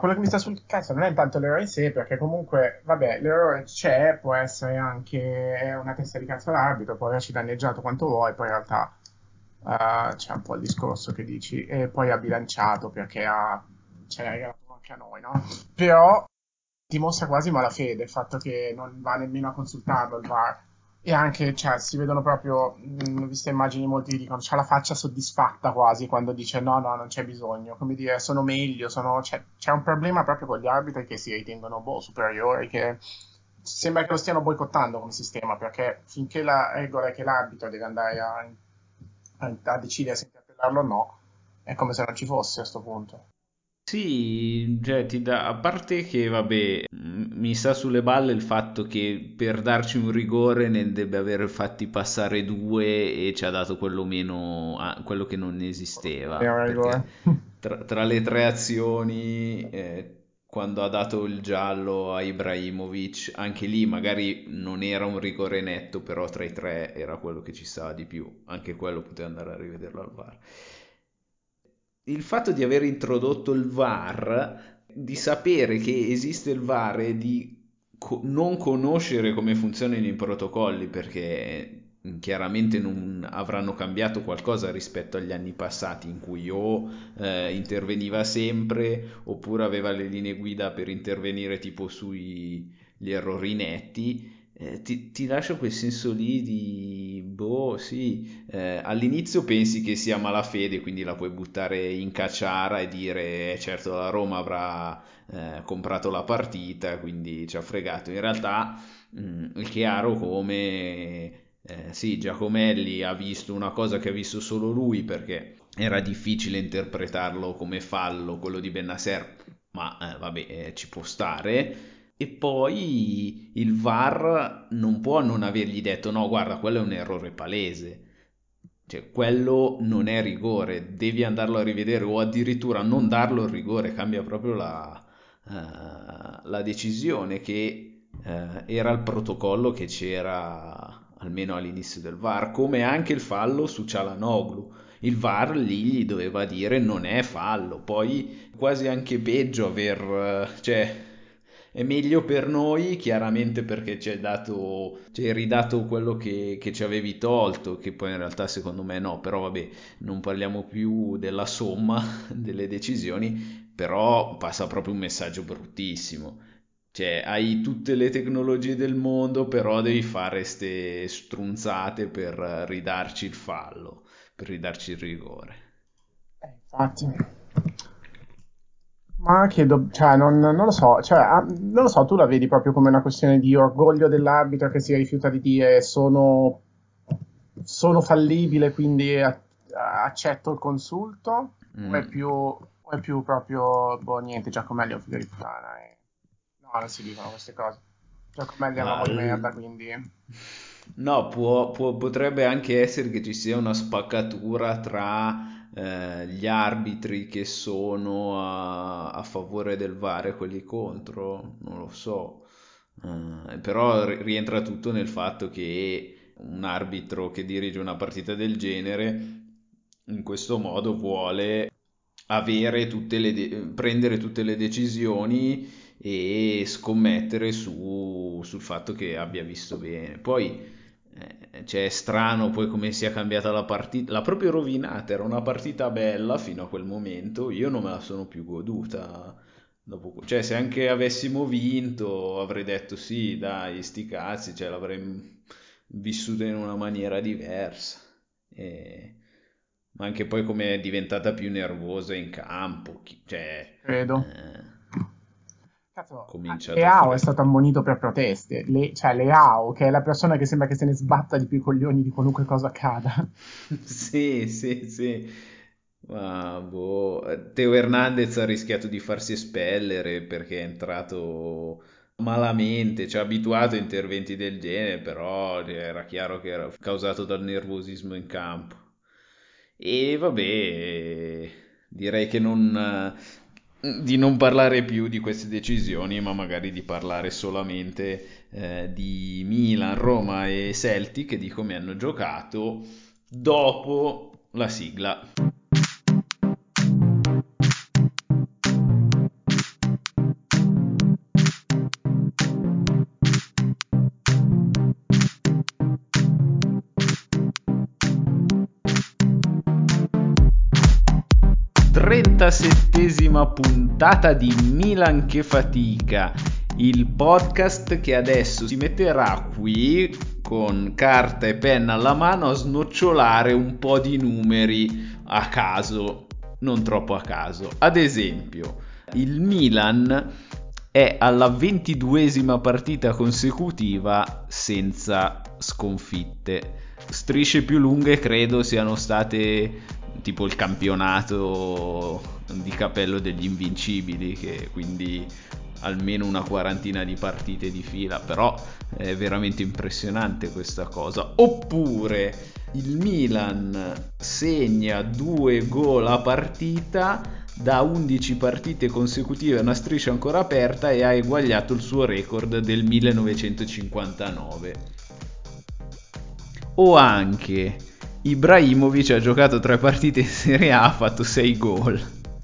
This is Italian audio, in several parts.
quello che mi sta sul cazzo non è tanto l'errore in sé, perché comunque, vabbè, l'errore c'è, può essere anche una testa di cazzo all'arbitro, può averci danneggiato quanto vuoi, poi in realtà c'è un po' il discorso che dici, e poi ha bilanciato perché ce l'ha regalato anche a noi, no? Però dimostra quasi malafede il fatto che non va nemmeno a consultarlo il VAR. E anche, cioè, si vedono proprio, ho visto immagini, molti dicono, c'ha la faccia soddisfatta quasi quando dice no, no, non c'è bisogno, come dire, sono meglio, c'è un problema proprio con gli arbitri che si ritengono, boh, superiori, che sembra che lo stiano boicottando come sistema, perché finché la regola è che l'arbitro deve andare a decidere se interpellarlo o no, è come se non ci fosse a sto punto. Sì, cioè ti dà, a parte che vabbè, mi sta sulle balle il fatto che per darci un rigore ne debba aver fatti passare due e ci ha dato quello meno, quello che non esisteva, Meno perché rigore. tra le tre azioni, quando ha dato il giallo a Ibrahimovic, anche lì magari non era un rigore netto, però tra i tre era quello che ci stava di più, anche quello poteva andare a rivederlo al VAR. Il fatto di aver introdotto il VAR, di sapere che esiste il VAR e di non conoscere come funzionano i protocolli, perché chiaramente non avranno cambiato qualcosa rispetto agli anni passati in cui o interveniva sempre oppure aveva le linee guida per intervenire tipo sugli errori netti. Ti lascio quel senso lì di boh, sì, all'inizio pensi che sia malafede, quindi la puoi buttare in cacciara e dire, certo, la Roma avrà comprato la partita, quindi ci ha fregato. In realtà, è chiaro come, sì, Giacomelli ha visto una cosa che ha visto solo lui, perché era difficile interpretarlo come fallo, quello di Bennacer, ma vabbè, ci può stare. E poi il VAR non può non avergli detto no, guarda, quello è un errore palese. Cioè, quello non è rigore, devi andarlo a rivedere o addirittura non darlo il rigore, cambia proprio la decisione che era il protocollo che c'era almeno all'inizio del VAR, come anche il fallo su Cialanoglu. Il VAR lì gli doveva dire non è fallo, poi quasi anche peggio cioè, è meglio per noi, chiaramente perché ci hai ridato quello che ci avevi tolto, che poi in realtà secondo me no, però vabbè, non parliamo più della somma delle decisioni, però passa proprio un messaggio bruttissimo. Cioè, hai tutte le tecnologie del mondo, però devi fare ste strunzate per ridarci il fallo, per ridarci il rigore. Infatti. Ma che cioè, non lo so, cioè, non lo so, tu la vedi proprio come una questione di orgoglio dell'arbitro che si rifiuta di dire sono fallibile, quindi accetto il consulto, Mm. o è più proprio, boh, niente, Giacomelli è un figlio di puttana. No, non si dicono queste cose. Giacomelli è un Ma uomo di merda, quindi no, potrebbe anche essere che ci sia una spaccatura tra gli arbitri che sono a favore del VAR e quelli contro, non lo so. Però rientra tutto nel fatto che un arbitro che dirige una partita del genere in questo modo vuole prendere tutte le decisioni e scommettere sul fatto che abbia visto bene. Poi cioè, è strano poi come sia cambiata la partita, l'ha proprio rovinata, era una partita bella fino a quel momento, io non me la sono più goduta. Cioè, se anche avessimo vinto, avrei detto sì, dai, sti cazzi, cioè, l'avrei vissuta in una maniera diversa. E- Ma anche poi come è diventata più nervosa in campo, credo. eh, Cazzo, cominciato a Leao è fare stato schifo. ammonito per proteste. Cioè, Leao, che è la persona che sembra che se ne sbatta di più i coglioni di qualunque cosa accada. Sì, sì, sì. Ma boh, Teo Hernandez ha rischiato di farsi espellere perché è entrato malamente, ci ha abituato a interventi del genere, però era chiaro che era causato dal nervosismo in campo. E vabbè, direi che di non parlare più di queste decisioni, ma magari di parlare solamente di Milan, Roma e Celtic, di come hanno giocato dopo la sigla. 47esima puntata di Milan che fatica, il podcast che adesso si metterà qui con carta e penna alla mano a snocciolare un po' di numeri a caso, non troppo a caso. Ad esempio, il Milan è alla 22esima partita consecutiva senza sconfitte. Strisce più lunghe credo siano state tipo il campionato di Cappello degli Invincibili, che quindi almeno una quarantina di partite di fila, però è veramente impressionante questa cosa. Oppure il Milan segna 2 gol a partita da 11 partite consecutive, una striscia ancora aperta, e ha eguagliato il suo record del 1959. O anche Ibrahimovic ha giocato 3 partite in Serie A, ha fatto 6 gol.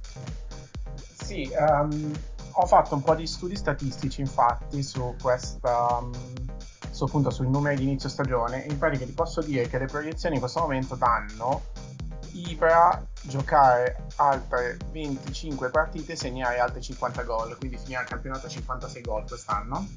Sì, ho fatto un po' di studi statistici infatti su questa, appunto sui numeri di inizio stagione, e in pratica ti posso dire che le proiezioni in questo momento danno Ibra giocare altre 25 partite e segnare altri 50 gol, quindi finire il campionato a 56 gol quest'anno.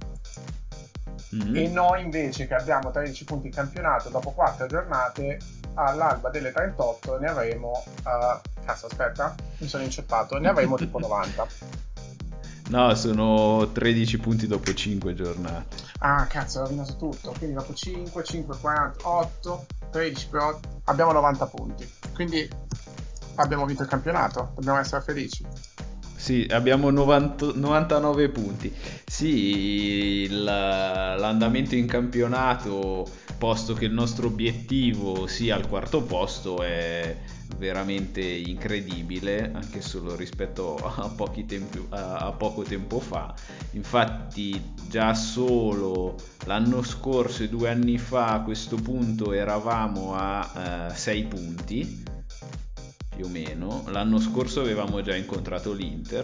E noi invece, che abbiamo 13 punti in campionato, dopo 4 giornate, all'alba delle 38 ne avremo cazzo, aspetta, mi sono inceppato, ne avremo tipo 90. No, sono 13 punti dopo 5 giornate. Ah, cazzo, ho rovinato tutto. Quindi dopo 5, 5, 48, 13 per 8, abbiamo 90 punti. Quindi abbiamo vinto il campionato, dobbiamo essere felici. Sì, abbiamo 99 punti. Sì, l'andamento in campionato, posto che il nostro obiettivo sia al quarto posto, è veramente incredibile, anche solo rispetto a poco tempo fa. Infatti già solo l'anno scorso e 2 anni fa a questo punto eravamo a 6 punti più o meno. L'anno scorso avevamo già incontrato l'Inter,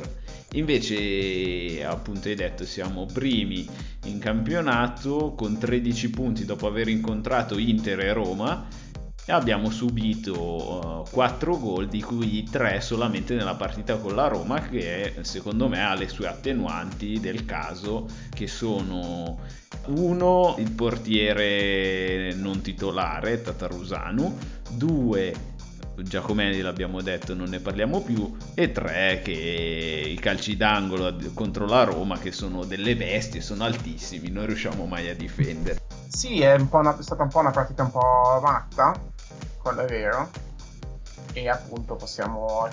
invece appunto hai detto siamo primi in campionato con 13 punti dopo aver incontrato Inter e Roma, e abbiamo subito 4 gol, di cui 3 solamente nella partita con la Roma, che secondo me ha le sue attenuanti del caso, che sono: uno, il portiere non titolare Tatarusanu; 2, Giacomelli l'abbiamo detto, non ne parliamo più; e 3, che i calci d'angolo contro la Roma, che sono delle bestie, sono altissimi, non riusciamo mai a difendere. Sì, è stata un po' una partita un po' matta, quello è vero. E appunto possiamo,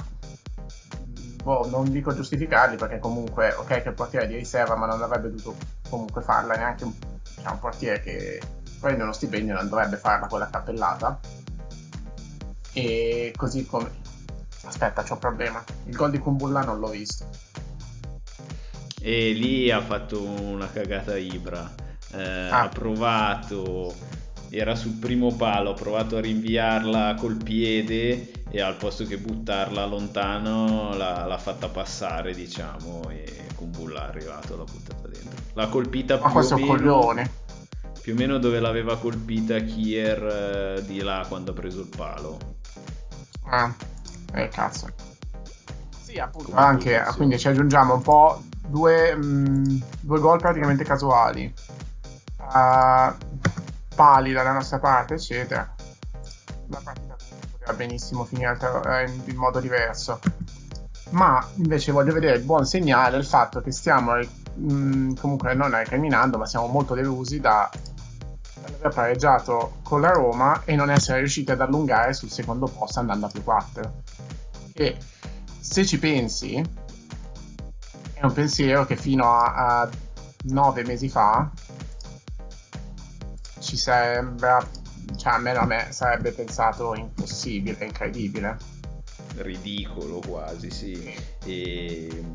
non dico giustificarli, perché comunque ok che il portiere è di riserva, ma non avrebbe dovuto comunque farla neanche un portiere che prende uno stipendio, non dovrebbe farla quella cappellata. E così come, aspetta, c'ho un problema, il gol di Kumbulla non l'ho visto. E lì ha fatto una cagata Ibra. Ha provato, era sul primo palo, ha provato a rinviarla col piede, e al posto che buttarla lontano l'ha fatta passare, diciamo, e Kumbulla è arrivato, l'ha buttata dentro. L'ha colpita Ma questo è un coglione. più o meno dove l'aveva colpita Kier, di là, quando ha preso il palo. Cazzo. Sì, appunto, Come anche, posizione. quindi ci aggiungiamo un po' due gol praticamente casuali, pali dalla nostra parte, eccetera. La partita comunque poteva benissimo finire in modo diverso. Ma invece voglio vedere il buon segnale, il fatto che stiamo comunque non recriminando, ma siamo molto delusi dall'aver pareggiato con la Roma e non essere riusciti ad allungare sul secondo posto andando a più 4. Che, se ci pensi, è un pensiero che fino a 9 mesi fa ci sembra, cioè almeno a me sarebbe pensato impossibile, incredibile. Ridicolo quasi, sì. E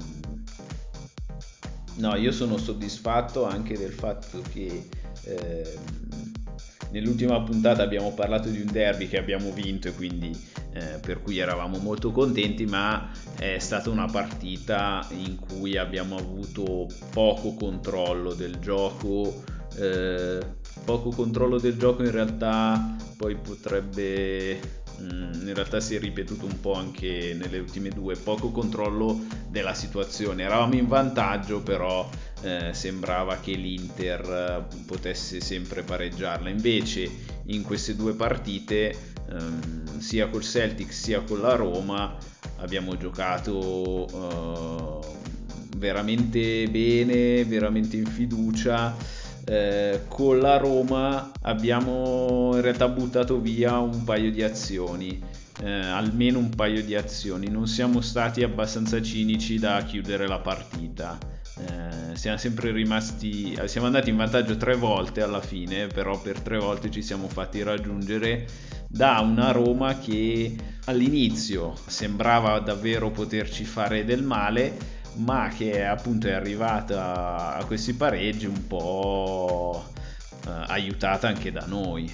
no, io sono soddisfatto anche del fatto che nell'ultima puntata abbiamo parlato di un derby che abbiamo vinto, e quindi per cui eravamo molto contenti, ma è stata una partita in cui abbiamo avuto poco controllo del gioco. Poco controllo del gioco in realtà poi potrebbe in realtà si è ripetuto un po' anche nelle ultime due, poco controllo della situazione, eravamo in vantaggio però sembrava che l'Inter potesse sempre pareggiarla, invece in queste due partite sia col Celtic sia con la Roma abbiamo giocato veramente bene, veramente in fiducia. Con la Roma abbiamo in realtà buttato via un paio di azioni, almeno un paio di azioni, non siamo stati abbastanza cinici da chiudere la partita. Siamo andati in vantaggio 3 volte alla fine, però per 3 volte ci siamo fatti raggiungere da una Roma che all'inizio sembrava davvero poterci fare del male, ma che appunto è arrivata a questi pareggi un po' aiutata anche da noi.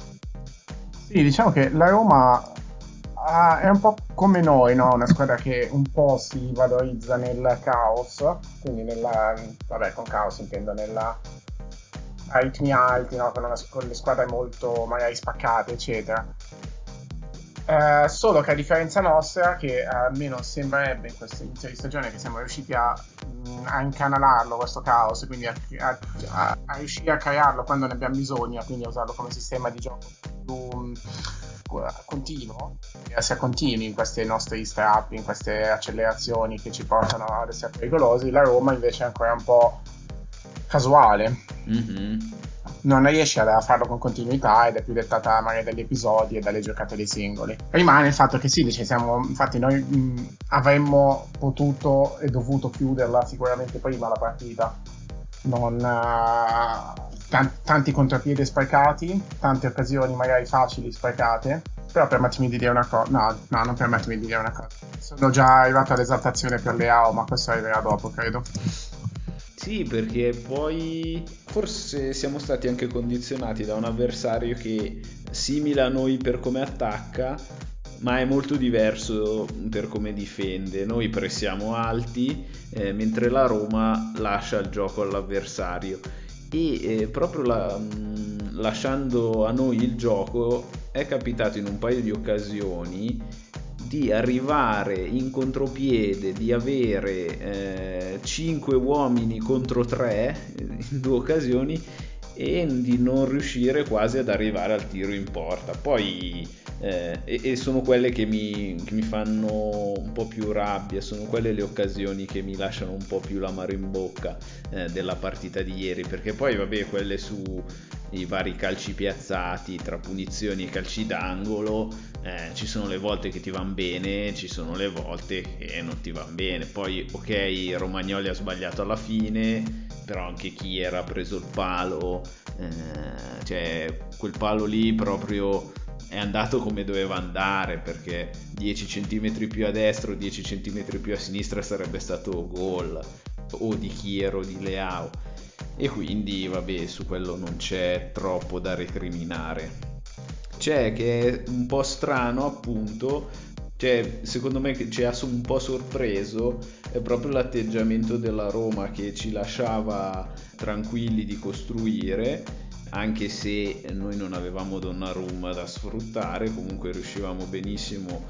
Sì, diciamo che la Roma è un po' come noi, no? Una squadra che un po' si valorizza nel caos, quindi vabbè, con caos intendo a ritmi alti, no? Con le squadre molto magari spaccate, eccetera. Solo che a differenza nostra, che almeno sembrerebbe in questo inizio di stagione che siamo riusciti a incanalarlo questo caos, quindi a riuscire a crearlo quando ne abbiamo bisogno, quindi a usarlo come sistema di gioco più continuo, e essere continui in questi nostri strappi, in queste accelerazioni che ci portano ad essere pericolosi. La Roma invece è ancora un po' casuale. Mm-hmm. Non riesce a farlo con continuità ed è più dettata magari dagli episodi e dalle giocate dei singoli. Rimane il fatto che sì, infatti noi avremmo potuto e dovuto chiuderla sicuramente prima la partita. Non, tanti contropiedi sprecati, tante occasioni magari facili sprecate, però permettimi di dire una cosa, no, non permettimi di dire una cosa. Sono già arrivato all'esaltazione per Leao, ma questo arriverà dopo, credo. Sì, perché poi forse siamo stati anche condizionati da un avversario che simile a noi per come attacca, ma è molto diverso per come difende. Noi pressiamo alti, mentre la Roma lascia il gioco all'avversario. E proprio lasciando a noi il gioco è capitato in un paio di occasioni di arrivare in contropiede, di avere 5 uomini contro 3 in 2 occasioni e di non riuscire quasi ad arrivare al tiro in porta. Poi e sono quelle che mi fanno un po' più rabbia, sono quelle le occasioni che mi lasciano un po' più l'amaro in bocca della partita di ieri, perché poi vabbè, quelle su i vari calci piazzati tra punizioni e calci d'angolo, ci sono le volte che ti vanno bene, ci sono le volte che non ti vanno bene. Poi ok, Romagnoli ha sbagliato alla fine, però anche Chiera ha preso il palo, cioè quel palo lì proprio è andato come doveva andare, perché 10 cm più a destra o 10 cm più a sinistra sarebbe stato gol, o di Chiera o di Leao, e quindi vabbè, su quello non c'è troppo da recriminare. C'è che è un po' strano, appunto, cioè secondo me che ci ha un po' sorpreso è proprio l'atteggiamento della Roma, che ci lasciava tranquilli di costruire, anche se noi non avevamo Donnarumma da sfruttare, comunque riuscivamo benissimo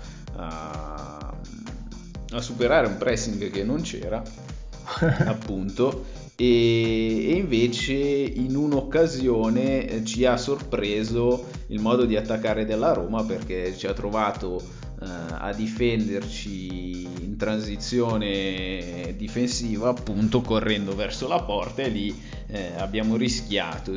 a superare un pressing che non c'era, appunto. E invece in un'occasione ci ha sorpreso il modo di attaccare della Roma, perché ci ha trovato a difenderci in transizione difensiva, appunto correndo verso la porta, e lì abbiamo rischiato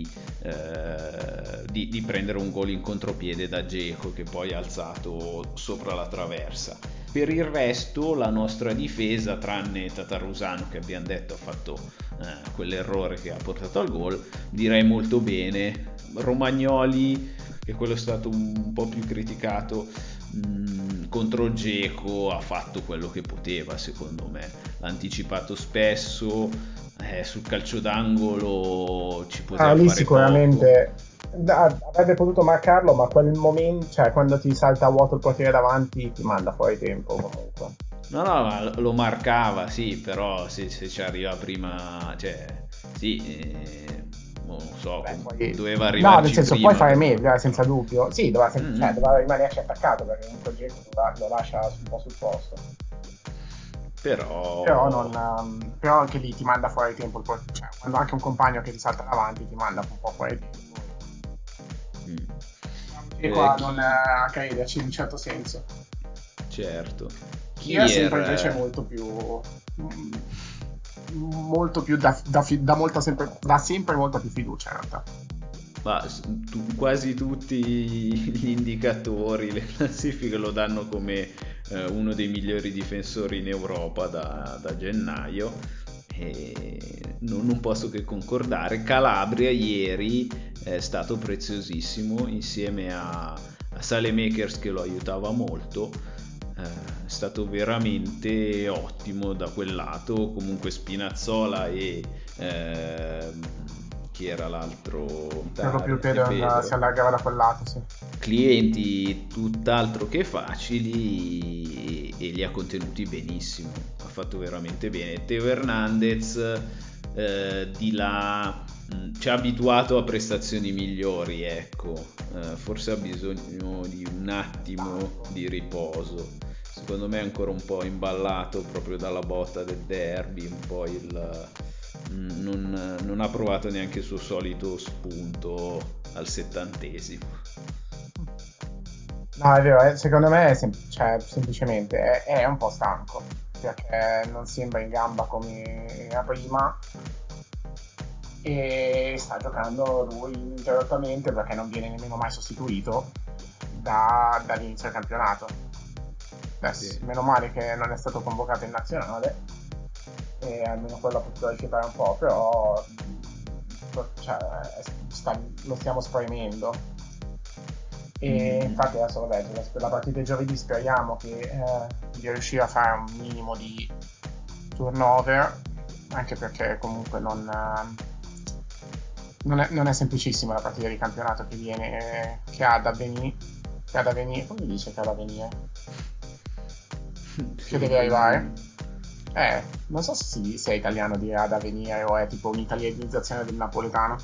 di prendere un gol in contropiede da Dzeko, che poi ha alzato sopra la traversa. Per il resto la nostra difesa, tranne Tatarusano che abbiamo detto ha fatto quell'errore che ha portato al gol, direi molto bene. Romagnoli, che quello è stato un po' più criticato, contro Dzeko ha fatto quello che poteva, secondo me. L'ha anticipato spesso, sul calcio d'angolo ci poteva Lì fare poco. sicuramente avrebbe potuto marcarlo, ma quel momento, cioè quando ti salta a vuoto il portiere davanti, ti manda fuori tempo comunque. No, no, ma lo marcava, sì, però se ci arriva prima, cioè, sì, non so, Beh, poi... doveva No, nel arrivarci senso, puoi prima fare però. meglio, senza dubbio. Sì, cioè, Mm. doveva rimanerci attaccato perché comunque il giro lo lascia un po' sul posto. Però, Però non, però anche lì ti manda fuori tempo, cioè, quando anche un compagno che ti salta davanti ti manda un po' fuori tempo. mm. E qua non Chi crederci in un certo senso. certo, Chi è Kier sempre invece mm, molto più da molta sempre, da sempre molta più fiducia in realtà. ma quasi tutti gli indicatori, le classifiche lo danno come uno dei migliori difensori in Europa da gennaio e non posso che concordare. Calabria ieri è stato preziosissimo insieme a Salemakers che lo aiutava molto. È stato veramente ottimo da quel lato. Comunque Spinazzola e chi era l'altro? Per lo più De Pedro si Pedro. allargava da quel lato, sì. Clienti tutt'altro che facili e li ha contenuti benissimo. Ha fatto veramente bene. Teo Hernandez di là ci ha abituato a prestazioni migliori, ecco. Forse ha bisogno di un attimo di riposo. Secondo me è ancora un po' imballato proprio dalla botta del derby, un po' non ha provato neanche il suo solito spunto al 70°. No, è vero, secondo me è cioè, semplicemente è un po' stanco, perché non sembra in gamba come era prima e sta giocando lui ininterrottamente perché non viene nemmeno mai sostituito dall'inizio del campionato. Sì. Adesso, meno male che non è stato convocato in nazionale e almeno quello ha potuto rifiutare un po', però cioè, lo stiamo spremendo. E Mm. infatti adesso vabbè, per la partita di giovedì speriamo di riuscire a fare un minimo di turnover, anche perché comunque non è semplicissima la partita di campionato che ha da avvenire, come dice che ha da avvenire? Che Sì, deve arrivare? come... Non so se è italiano dire ad avvenire o è tipo un'italianizzazione del napoletano.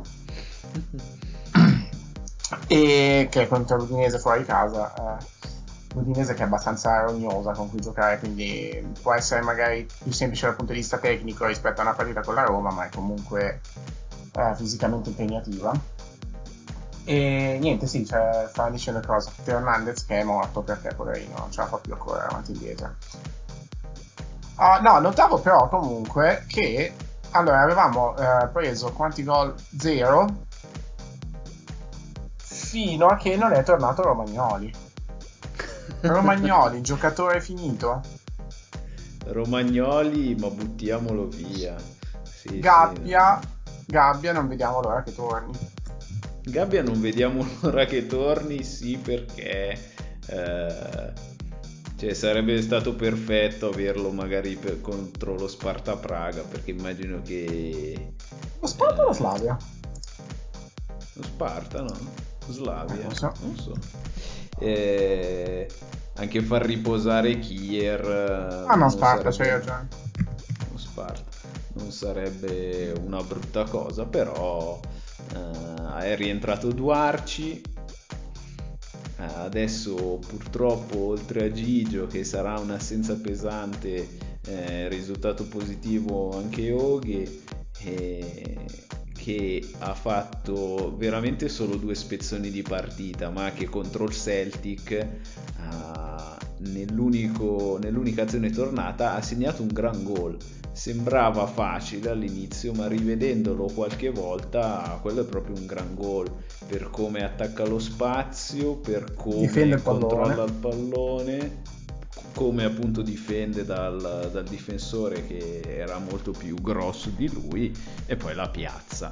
E che è contro l'Udinese fuori casa. L'Udinese che è abbastanza rognosa con cui giocare, quindi può essere magari più semplice dal punto di vista tecnico rispetto a una partita con la Roma, ma è comunque fisicamente impegnativa. E niente, sì, cioè, stava dicendo cosa? Teo Hernandez che è morto perché poverino non ce la fa più a correre avanti e indietro. No, notavo però comunque che allora avevamo preso quanti gol? Zero fino a che non è tornato Romagnoli. Romagnoli, giocatore finito. Romagnoli, ma buttiamolo via. Sì, sì. Gabbia, non vediamo l'ora che torni. Gabbia non vediamo l'ora che torni, sì, perché cioè, sarebbe stato perfetto averlo magari contro lo Sparta Praga, perché immagino che Lo Sparta o lo Slavia? lo Sparta, no? Non Slavia, lo so. non so. Eh, anche far riposare Kier Ah no, non Sparta, c'hai sarebbe ragione. lo Sparta, non sarebbe una brutta cosa, però è rientrato Duarci. Adesso purtroppo oltre a Gigio che sarà un'assenza pesante, risultato positivo anche Oghe, che ha fatto veramente solo 2 spezzoni di partita, ma che contro il Celtic nell'unica azione tornata ha segnato un gran gol. Sembrava facile all'inizio, ma rivedendolo qualche volta, quello è proprio un gran gol per come attacca lo spazio, per Difende come il pallone. controlla il pallone, come appunto difende dal difensore che era molto più grosso di lui e poi la piazza.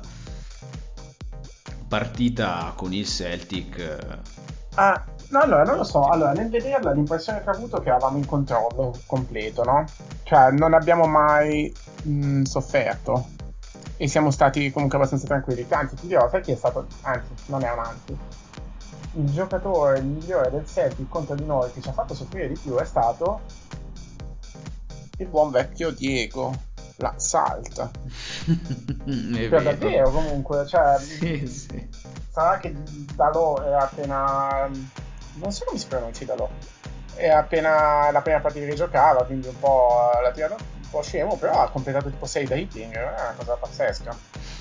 Partita con il Celtic No, allora, non lo so. ottima. Allora, nel vederla l'impressione che ho avuto è che avevamo in controllo completo, no? Cioè, non abbiamo mai sofferto. E siamo stati comunque abbastanza tranquilli. Anzi, ti dirò, sai chi è stato... Anzi, non è un anzi. Il giocatore migliore del Celtic contro di noi che ci ha fatto soffrire di più è stato il buon vecchio Diego. la Salt. È Per vero. davvero, comunque, cioè, Sì, sì. sarà che Dalò è appena, non so come si pronunci Dalò, è appena la prima partita che giocava, quindi un po' l'ha tirato un po' scemo, però ha completato tipo 6 dribbling, è una cosa pazzesca.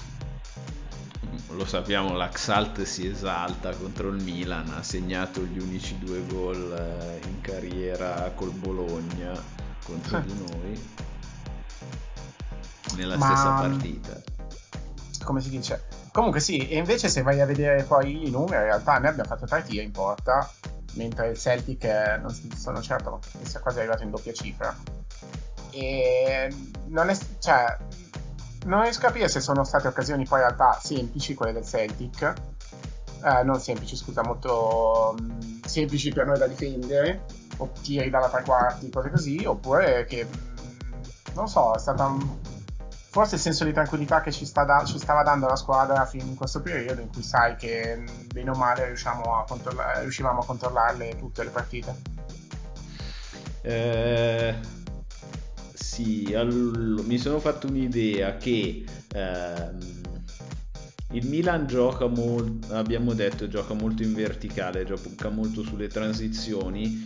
Lo sappiamo, l'Axalt si esalta contro il Milan, ha segnato gli unici 2 gol in carriera col Bologna contro di noi nella stessa Ma partita. come si dice? Comunque sì, e invece se vai a vedere poi i numeri, in realtà noi abbiamo fatto 3 tiri in porta, mentre il Celtic non sono certo che sia quasi arrivato in doppia cifra. E non è, cioè, non riesco a capire se sono state occasioni poi in realtà semplici quelle del Celtic, non semplici, scusa, molto semplici per noi da difendere, o tiri dalla tre quarti, cose così, oppure che, non so, è stata forse il senso di tranquillità che ci stava dando la squadra fin in questo periodo in cui sai che bene o male riuscivamo a controllarle tutte le partite. Eh, sì, mi sono fatto un'idea che il Milan gioca molto, abbiamo detto, gioca molto in verticale, gioca molto sulle transizioni.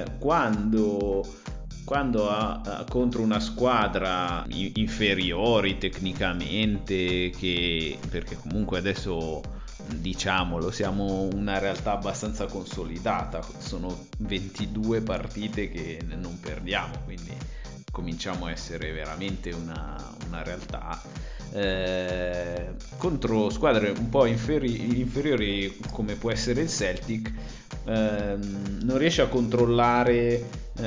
Quando contro una squadra inferiori tecnicamente, perché comunque adesso diciamolo, siamo una realtà abbastanza consolidata, sono 22 partite che non perdiamo, quindi cominciamo a essere veramente una realtà. Contro squadre un po' inferiori come può essere il Celtic, non riesce a controllare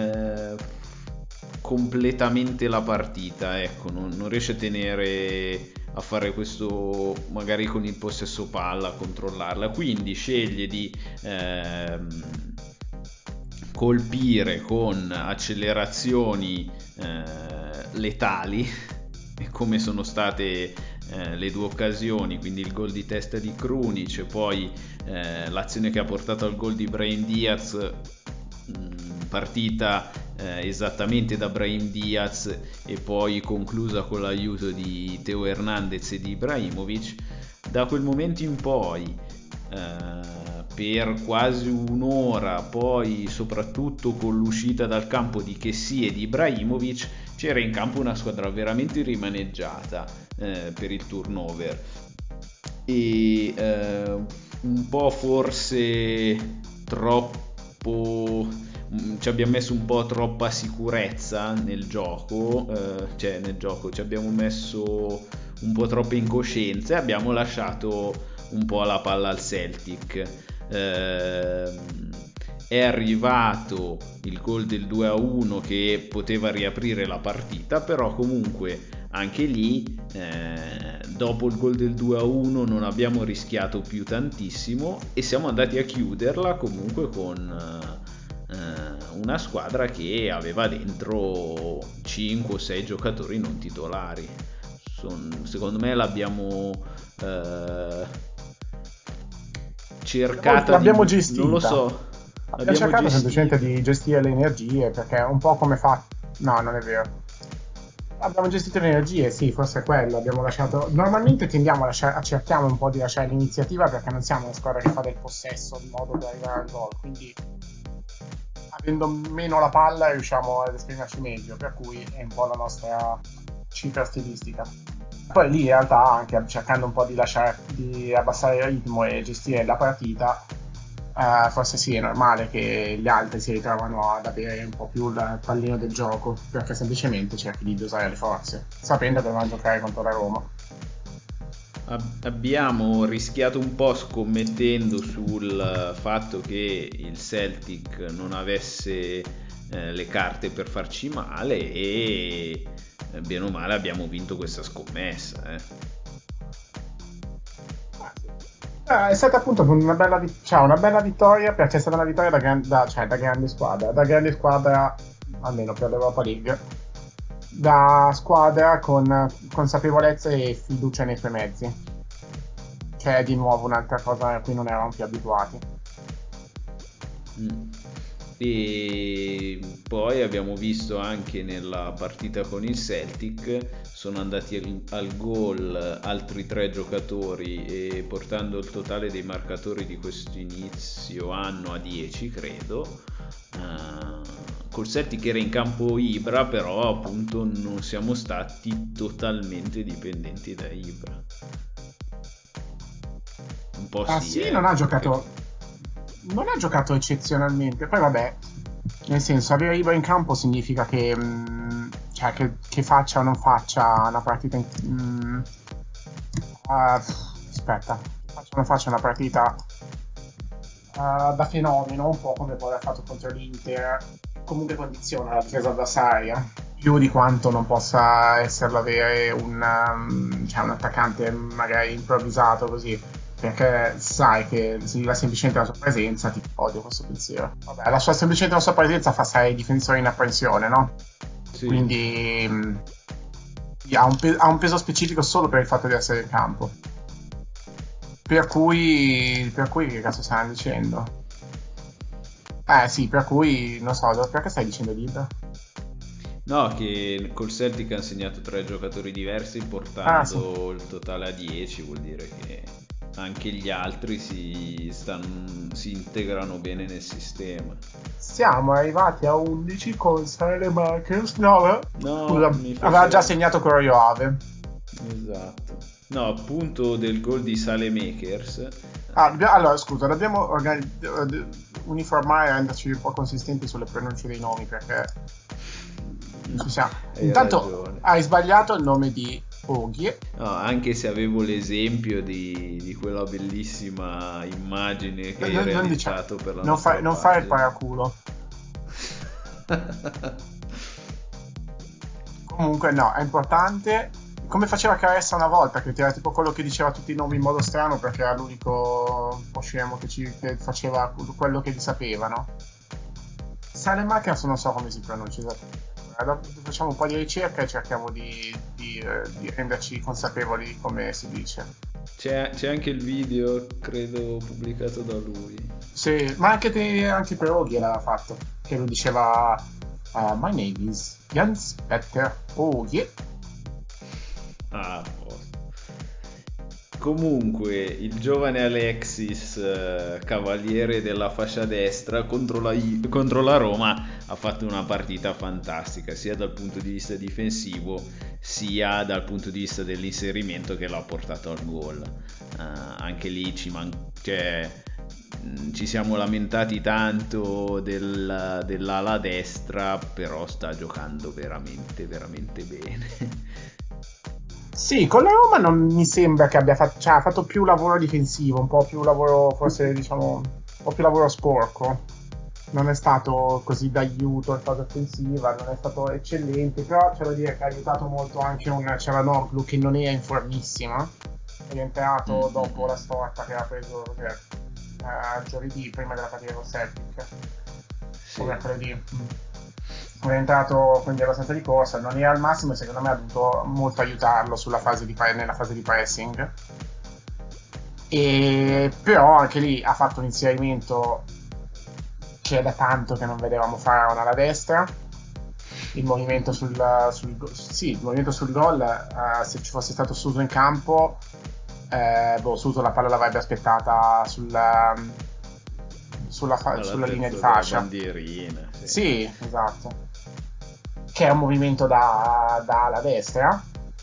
completamente la partita, ecco, non riesce a tenere, a fare questo magari con il possesso palla, a controllarla, quindi sceglie di colpire con accelerazioni letali come sono state le 2 occasioni, quindi il gol di testa di Krunic e poi l'azione che ha portato al gol di Brahim Diaz, partita esattamente da Brahim Diaz e poi conclusa con l'aiuto di Teo Hernandez e di Ibrahimovic. Da quel momento in poi per quasi un'ora, poi soprattutto con l'uscita dal campo di Kessie e di Ibrahimovic, c'era in campo una squadra veramente rimaneggiata per il turnover e un po' forse troppo, ci abbiamo messo un po' troppa sicurezza nel gioco, cioè nel gioco ci abbiamo messo un po' troppe incoscienze e abbiamo lasciato un po' la palla al Celtic. È arrivato il gol del 2-1 che poteva riaprire la partita, però comunque anche lì dopo il gol del 2-1 non abbiamo rischiato più tantissimo e siamo andati a chiuderla comunque con una squadra che aveva dentro 5 o 6 giocatori non titolari. Secondo me l'abbiamo cercata L'abbiamo di, non lo gestita. so, Abbiamo l'abbiamo cercato semplicemente gestita. di gestire le energie, perché un po' come fa. No, non è vero. Abbiamo gestito le energie, sì, forse è quello. Abbiamo lasciato. Normalmente tendiamo cerchiamo un po' di lasciare l'iniziativa perché non siamo una squadra che fa del possesso in modo da arrivare al gol. Quindi, avendo meno la palla, riusciamo ad esprimerci meglio. Per cui è un po' la nostra cifra stilistica. Poi lì in realtà anche cercando un po' di abbassare il ritmo e gestire la partita, forse sì, è normale che gli altri si ritrovano ad avere un po' più il pallino del gioco, perché semplicemente cerchi di dosare le forze, sapendo che devono giocare contro la Roma. Abbiamo rischiato un po' scommettendo sul fatto che il Celtic non avesse le carte per farci male e bene o male abbiamo vinto questa scommessa. È stata appunto una bella vittoria perché è stata una vittoria da grande squadra, almeno per l'Europa League, da squadra con consapevolezza e fiducia nei suoi mezzi, che è di nuovo un'altra cosa a cui non eravamo più abituati. Mm. E poi abbiamo visto anche nella partita con il Celtic, sono andati al gol altri tre giocatori e portando il totale dei marcatori di questo inizio anno a 10, credo. Col Celtic era in campo Ibra, però appunto non siamo stati totalmente dipendenti da Ibra. Un po' Ah sì, sì, perché non ha giocato eccezionalmente. Poi vabbè, nel senso, avere Ibra in campo significa che, cioè, che faccia o non faccia una partita aspetta, che faccia o non faccia una partita da fenomeno, un po' come poi ha fatto contro l'Inter, comunque condiziona la difesa avversaria più di quanto non possa esserlo avere cioè un attaccante magari improvvisato così, perché sai che semplicemente la sua presenza, ti odio questo pensiero, vabbè, semplicemente la sua presenza fa stare i difensori in apprensione, no? sì. Quindi ha un peso specifico solo per il fatto di essere in campo. Per cui che cazzo stanno dicendo? Sì, per cui non so, perché stai dicendo Libra? No, che col Celtic ha segnato tre giocatori diversi Ah, sì. portando il totale a 10, vuol dire che anche gli altri si integrano bene nel sistema. Siamo arrivati a 11 con Makers. No, No, scusa, mi aveva già faceva... segnato Corio Ave. Esatto. No, appunto del gol di Salemakers. Allora, scusa, dobbiamo uniformare e renderci un po' consistenti sulle pronunce dei nomi perché ci siamo. Hai Intanto ragione. hai sbagliato il nome di Ogie. No, anche se avevo l'esempio di quella bellissima immagine che hai Non diciamo, realizzato per la nostra non fare il pagina. paraculo. Comunque no, è importante. Come faceva Caressa una volta, che era tipo quello che diceva tutti i nomi in modo strano perché era l'unico un po' scemo che faceva quello che li sapeva, no? Salemakers non so come si pronuncia esattamente. Facciamo un po' di ricerca e cerchiamo di renderci consapevoli di come si dice. C'è anche il video, credo, pubblicato da lui. Sì, ma anche per Oghi l'aveva fatto, che lo diceva My name is Jens Petter Oghi. Ah, a posto. Comunque, il giovane Alexis, cavaliere della fascia destra, contro la Roma ha fatto una partita fantastica, sia dal punto di vista difensivo, sia dal punto di vista dell'inserimento che l'ha portato al gol. Anche lì cioè, ci siamo lamentati tanto dell'ala destra, però sta giocando veramente, veramente bene. Sì, con la Roma non mi sembra che abbia fatto, cioè, ha fatto più lavoro difensivo, un po' più lavoro, forse diciamo, un po' più lavoro sporco. Non è stato così d'aiuto in fase offensiva, non è stato eccellente, però c'è da dire che ha aiutato molto anche un Cialanoglu che non era in formissima, è rientrato Mm, mm, dopo la mm. storta che aveva preso giovedì prima della partita con Celtic, o Sì. mercoledì. È entrato quindi abbastanza di corsa, non era al massimo e secondo me ha dovuto molto aiutarlo nella fase di pressing. Però anche lì ha fatto un inserimento che è da tanto che non vedevamo fare a una alla destra. Il movimento sul gol, se ci fosse stato Suso in campo, Suso la palla l'avrebbe aspettata sulla linea di All'altezza della fascia. bandierina, sì. Sì, esatto. Che è un movimento da ala destra.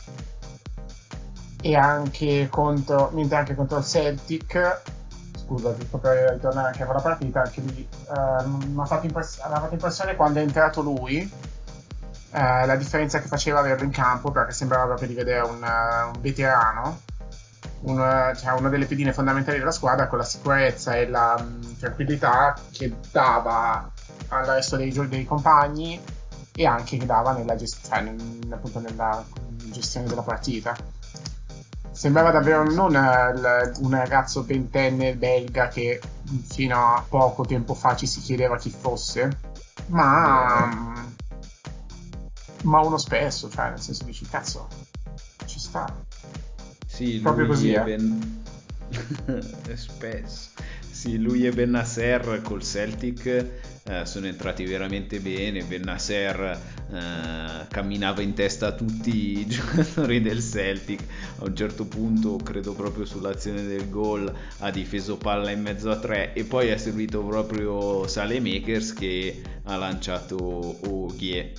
E mentre anche contro il Celtic, scusa, giusto per ritornare anche alla partita, anche lì mi ha fatto impressione quando è entrato lui, la differenza che faceva averlo in campo, perché sembrava proprio di vedere un veterano, cioè una delle pedine fondamentali della squadra, con la sicurezza e la tranquillità che dava al resto dei compagni e anche che dava appunto nella gestione della partita. Sembrava davvero non un ragazzo ventenne belga che fino a poco tempo fa ci si chiedeva chi fosse, Vero. ma, ma uno spesso, cioè nel senso dici cazzo, ci sta. Sì, Proprio lui così, e eh. Ben... Spesso. Sì, lui e Ben Nasser col Celtic sono entrati veramente bene. Bennacer camminava in testa a tutti i giocatori del Celtic. A un certo punto, credo proprio sull'azione del gol, ha difeso palla in mezzo a tre, e poi è servito proprio Saelemaekers che ha lanciato Oghie.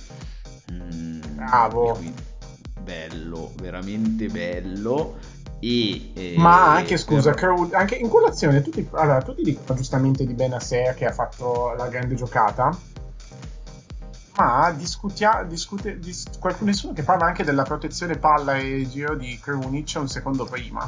E Bravo. quindi bello, veramente bello. Ma anche, scusa, Però anche in quell'azione tutti dicono giustamente di Benacer che ha fatto la grande giocata, ma nessuno che parla anche della protezione palla e giro di Krunic un secondo prima.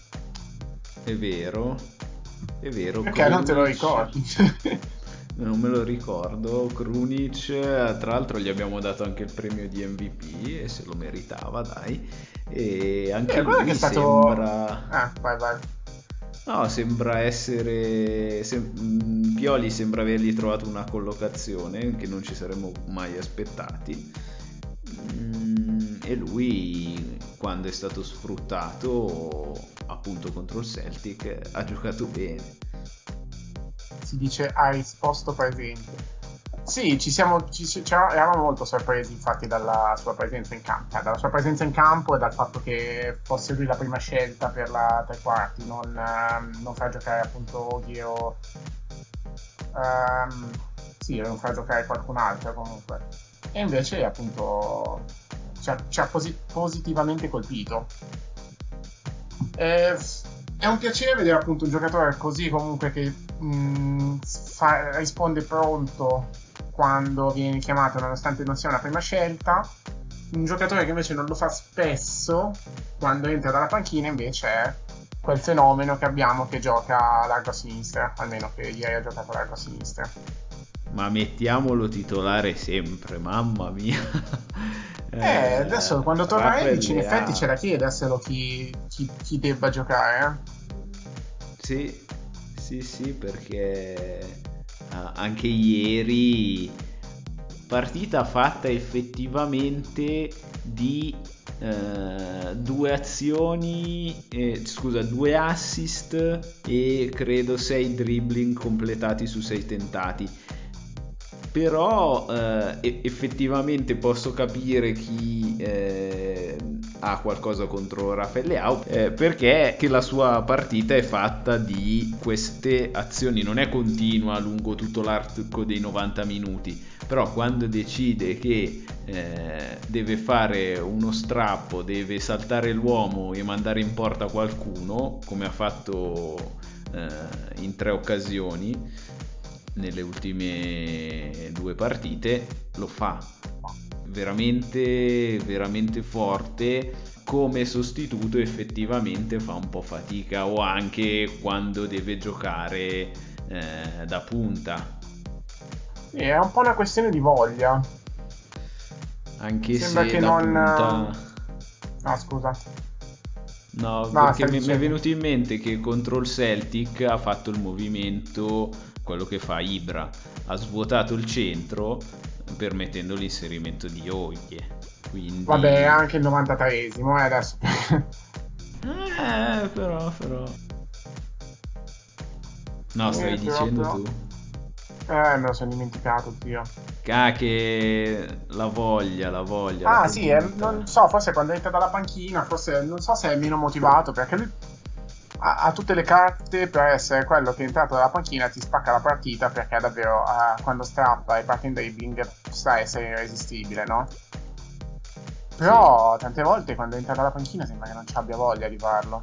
è vero, Perché non te lo Krunic ricordi? non me lo ricordo. Krunic, tra l'altro, gli abbiamo dato anche il premio di MVP e se lo meritava, dai. E anche Guarda che è lui stato... sembra... Vai, vai. No, sembra essere... Pioli sembra avergli trovato una collocazione che non ci saremmo mai aspettati. E lui, quando è stato sfruttato, appunto contro il Celtic, ha giocato bene. Si dice ha risposto presente. Sì, eravamo molto sorpresi infatti dalla sua presenza in campo, dalla sua presenza in campo e dal fatto che fosse lui la prima scelta per la tre quarti, non far giocare appunto Oghi ehm, sì, non far giocare qualcun altro comunque. E invece appunto ci ha positivamente colpito. È un piacere vedere appunto un giocatore così comunque che risponde pronto quando viene chiamato nonostante non sia una prima scelta. Un giocatore che invece non lo fa spesso quando entra dalla panchina invece è quel fenomeno che abbiamo che gioca a largo a sinistra, almeno che ieri ha giocato a largo a sinistra. Ma mettiamolo titolare sempre, mamma mia. Adesso quando torna Rafael Rebic in effetti c'è Leao. da chiederselo chi debba giocare. Sì, sì, sì, perché anche ieri partita fatta effettivamente di due azioni, scusa, due assist e credo 6 dribbling completati su 6 tentati. Però effettivamente posso capire chi ha qualcosa contro Rafael Leao, perché che la sua partita è fatta di queste azioni, non è continua lungo tutto l'arco dei 90 minuti, però quando decide che deve fare uno strappo, deve saltare l'uomo e mandare in porta qualcuno, come ha fatto in 3 occasioni nelle ultime 2 partite, lo fa veramente veramente forte. Come sostituto effettivamente fa un po' fatica, o anche quando deve giocare da punta, Sì, è un po' una questione di voglia. anche Sembra se che da non... punta. No, scusa. No, No, perché stavi mi è dicendo. venuto in mente che contro il Celtic ha fatto il movimento, quello che fa Ibra, ha svuotato il centro permettendo l'inserimento di Oye. Vabbè, Quindi... anche il 93esimo, adesso. però... No, stavi dicendo Però. tu? Me lo sono dimenticato, zio. Che la Ah, sì, continuità. non so, forse quando entra dalla panchina, forse non so se è meno motivato, perché lui ha tutte le carte per essere quello che è entrato dalla panchina e ti spacca la partita, perché davvero quando strappa e parte in dribbling sa essere irresistibile, no? Sì. Però tante volte quando entra dalla panchina sembra che non ci abbia voglia di farlo.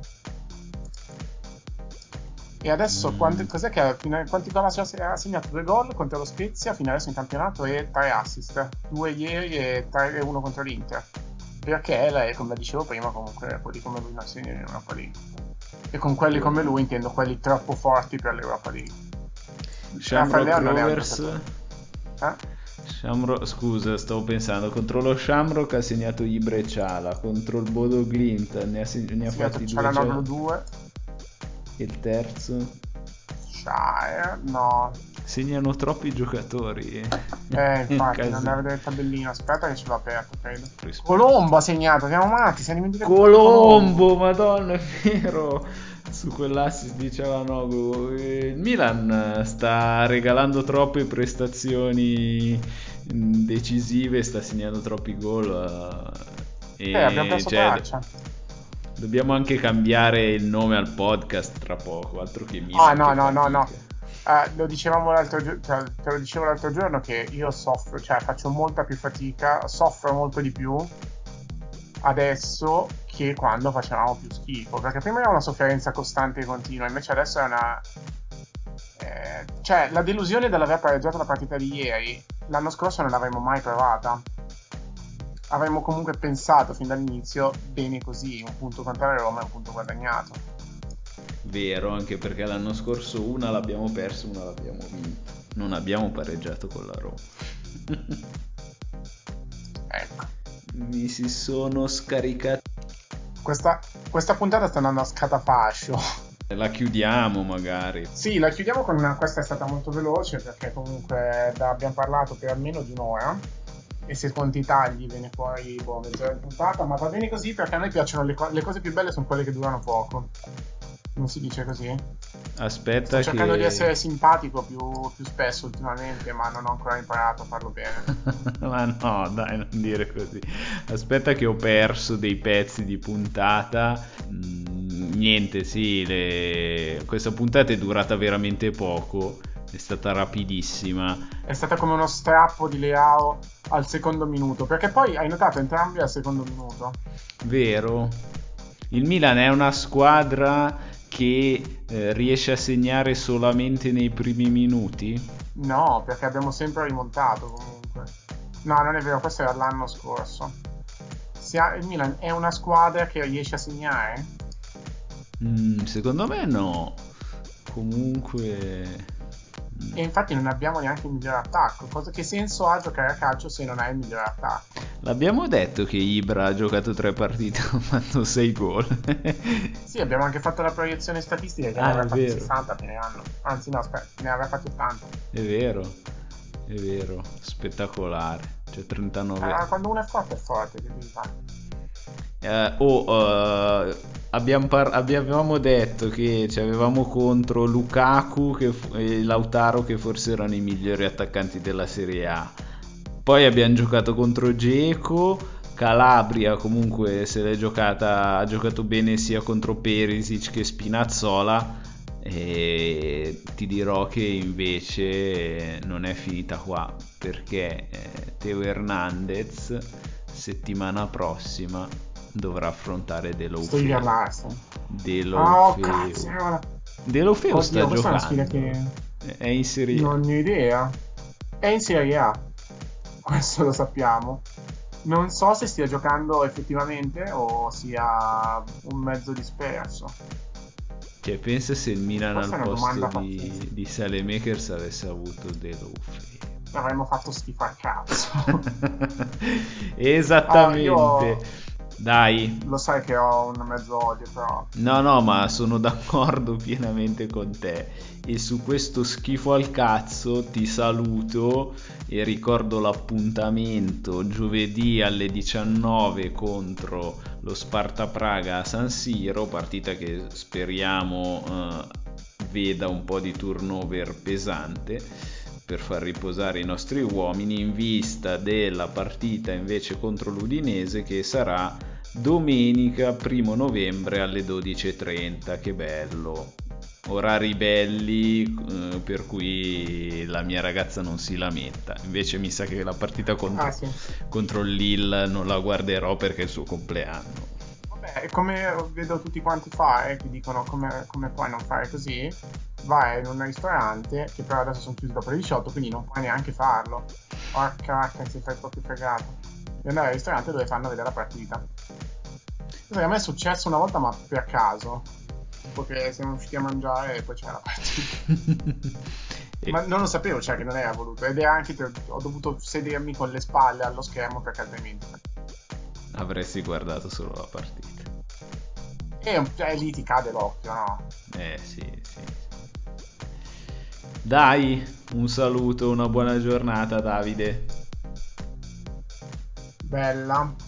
E adesso Mm. cos'è che quanti gol ha segnato? 2 gol contro lo Spezia fino adesso in campionato e 3 assist. 2 ieri e uno contro l'Inter. Perché lei, come dicevo prima, comunque quelli come lui non segnano in Europa League. E con quelli come lui Come? intendo quelli troppo forti per l'Europa League. Rafael Shamrock Leao non è un Rovers. giocatore. Eh? Scusa, stavo pensando, contro lo Shamrock ha segnato Ibra e Ciala, contro il Bodo Glimt ne Ha ha segnato fatti due già. Cialanoglu 2. E il terzo? Shire, no. Segnano troppi giocatori. Un Infatti, non deve casino. vedere il tabellino. Aspetta che ce l'ho aperto, credo. Rispetto. Colombo ha segnato, siamo matti, siamo dimenticati pure di Colombo. Colombo, madonna, è vero. Su quell'assist diceva Nogu, il Milan sta regalando troppe prestazioni decisive, sta segnando troppi gol Abbiamo e perso cioè, traccia. dobbiamo anche cambiare il nome al podcast tra poco, altro che Ah, Milan no, che no, no, no. fatica. Lo dicevamo l'altro giorno, te lo dicevo l'altro giorno che io soffro, cioè faccio molta più fatica, soffro molto di più adesso che quando facevamo più schifo, perché prima era una sofferenza costante e continua, invece adesso è una... cioè, la delusione dell'aver pareggiato la partita di ieri, l'anno scorso non l'avremmo mai provata. Avremmo comunque pensato fin dall'inizio, bene così, un punto contro la Roma e un punto guadagnato. Vero, anche perché l'anno scorso una l'abbiamo persa, una l'abbiamo vinta. Non abbiamo pareggiato con la Roma. Ecco. Mi si sono scaricati. Questa puntata sta andando a scatafascio. La chiudiamo magari. Sì, la chiudiamo con una... Questa è stata molto veloce perché comunque abbiamo parlato per almeno di un'ora e se conti i tagli viene fuori mezz'ora di puntata, ma va bene così perché a noi piacciono le cose più belle sono quelle che durano poco. Non si dice così? Aspetta Sto cercando di che... essere simpatico più spesso ultimamente, ma non ho ancora imparato a farlo bene. Ma no, dai, non dire così. Aspetta che ho perso dei pezzi di puntata. Niente, sì, questa puntata è durata veramente poco. È stata rapidissima. È stata come uno strappo di Leao al secondo minuto, perché poi hai notato entrambi al secondo minuto. Vero? Il Milan è una squadra che riesce a segnare solamente nei primi minuti? No, perché abbiamo sempre rimontato comunque. No, non è vero, questo era l'anno scorso. Il Milan è una squadra che riesce a segnare? Secondo me no. Comunque... E infatti non abbiamo neanche il migliore attacco. Che senso ha giocare a calcio se non hai il migliore attacco? L'abbiamo detto che Ibra ha giocato 3 partite, ha fatto 6 gol. Sì, abbiamo anche fatto la proiezione statistica che ne Ah, avrà è fatti vero. 60 a fine anno. Anzi, no, aspetta, ne avrà fatti 80. È vero, spettacolare. Cioè 39. Quando uno è forte, che devi fare? Avevamo detto che avevamo contro Lukaku e Lautaro che forse erano i migliori attaccanti della Serie A. Poi abbiamo giocato contro Dzeko, Calabria comunque se l'è giocata, ha giocato bene sia contro Perisic che Spinazzola e ti dirò che invece non è finita qua perché Teo Hernandez settimana prossima dovrà affrontare Sto di Deulofeu. Larsen. Oh, cazzo. Deulofeu. Deulofeu sta Oddio, questa è una sfida giocando. che È in Serie... non ne ho idea. È in Serie A, questo lo sappiamo. Non so se stia giocando effettivamente o sia un mezzo disperso. Cioè, pensa se il Milan al Questa è una posto domanda pazzesca. di Saelemaekers avesse avuto Deulofeu. Avremmo fatto schifo al cazzo. Esattamente. Io Dai. lo sai che ho un mezzo odio, però. No, no, ma sono d'accordo pienamente con te. E su questo schifo al cazzo ti saluto e ricordo l'appuntamento giovedì alle 19 contro lo Sparta Praga a San Siro, partita che speriamo veda un po' di turnover pesante per far riposare i nostri uomini in vista della partita invece contro l'Udinese che sarà domenica 1 novembre alle 12:30. Che bello, orari belli, per cui la mia ragazza non si lamenta. Invece mi sa che la partita Ah, sì. contro il Lille non la guarderò perché è il suo compleanno. Vabbè, come vedo tutti quanti fare, che dicono come puoi non fare così, vai in un ristorante, che però adesso sono chiusi dopo le 18, quindi non puoi neanche farlo. Porca vacca, si fai proprio fregato. Devi andare al ristorante dove fanno vedere la partita. Sai, a me è successo una volta, ma per caso. Tipo che siamo usciti a mangiare e poi c'era la partita. Ma non lo sapevo, cioè che non era voluto. Ed è anche che ho dovuto sedermi con le spalle allo schermo perché altrimenti... Avresti guardato solo la partita. E lì ti cade l'occhio, no? Sì, sì. Dai, un saluto, una buona giornata, Davide. Bella.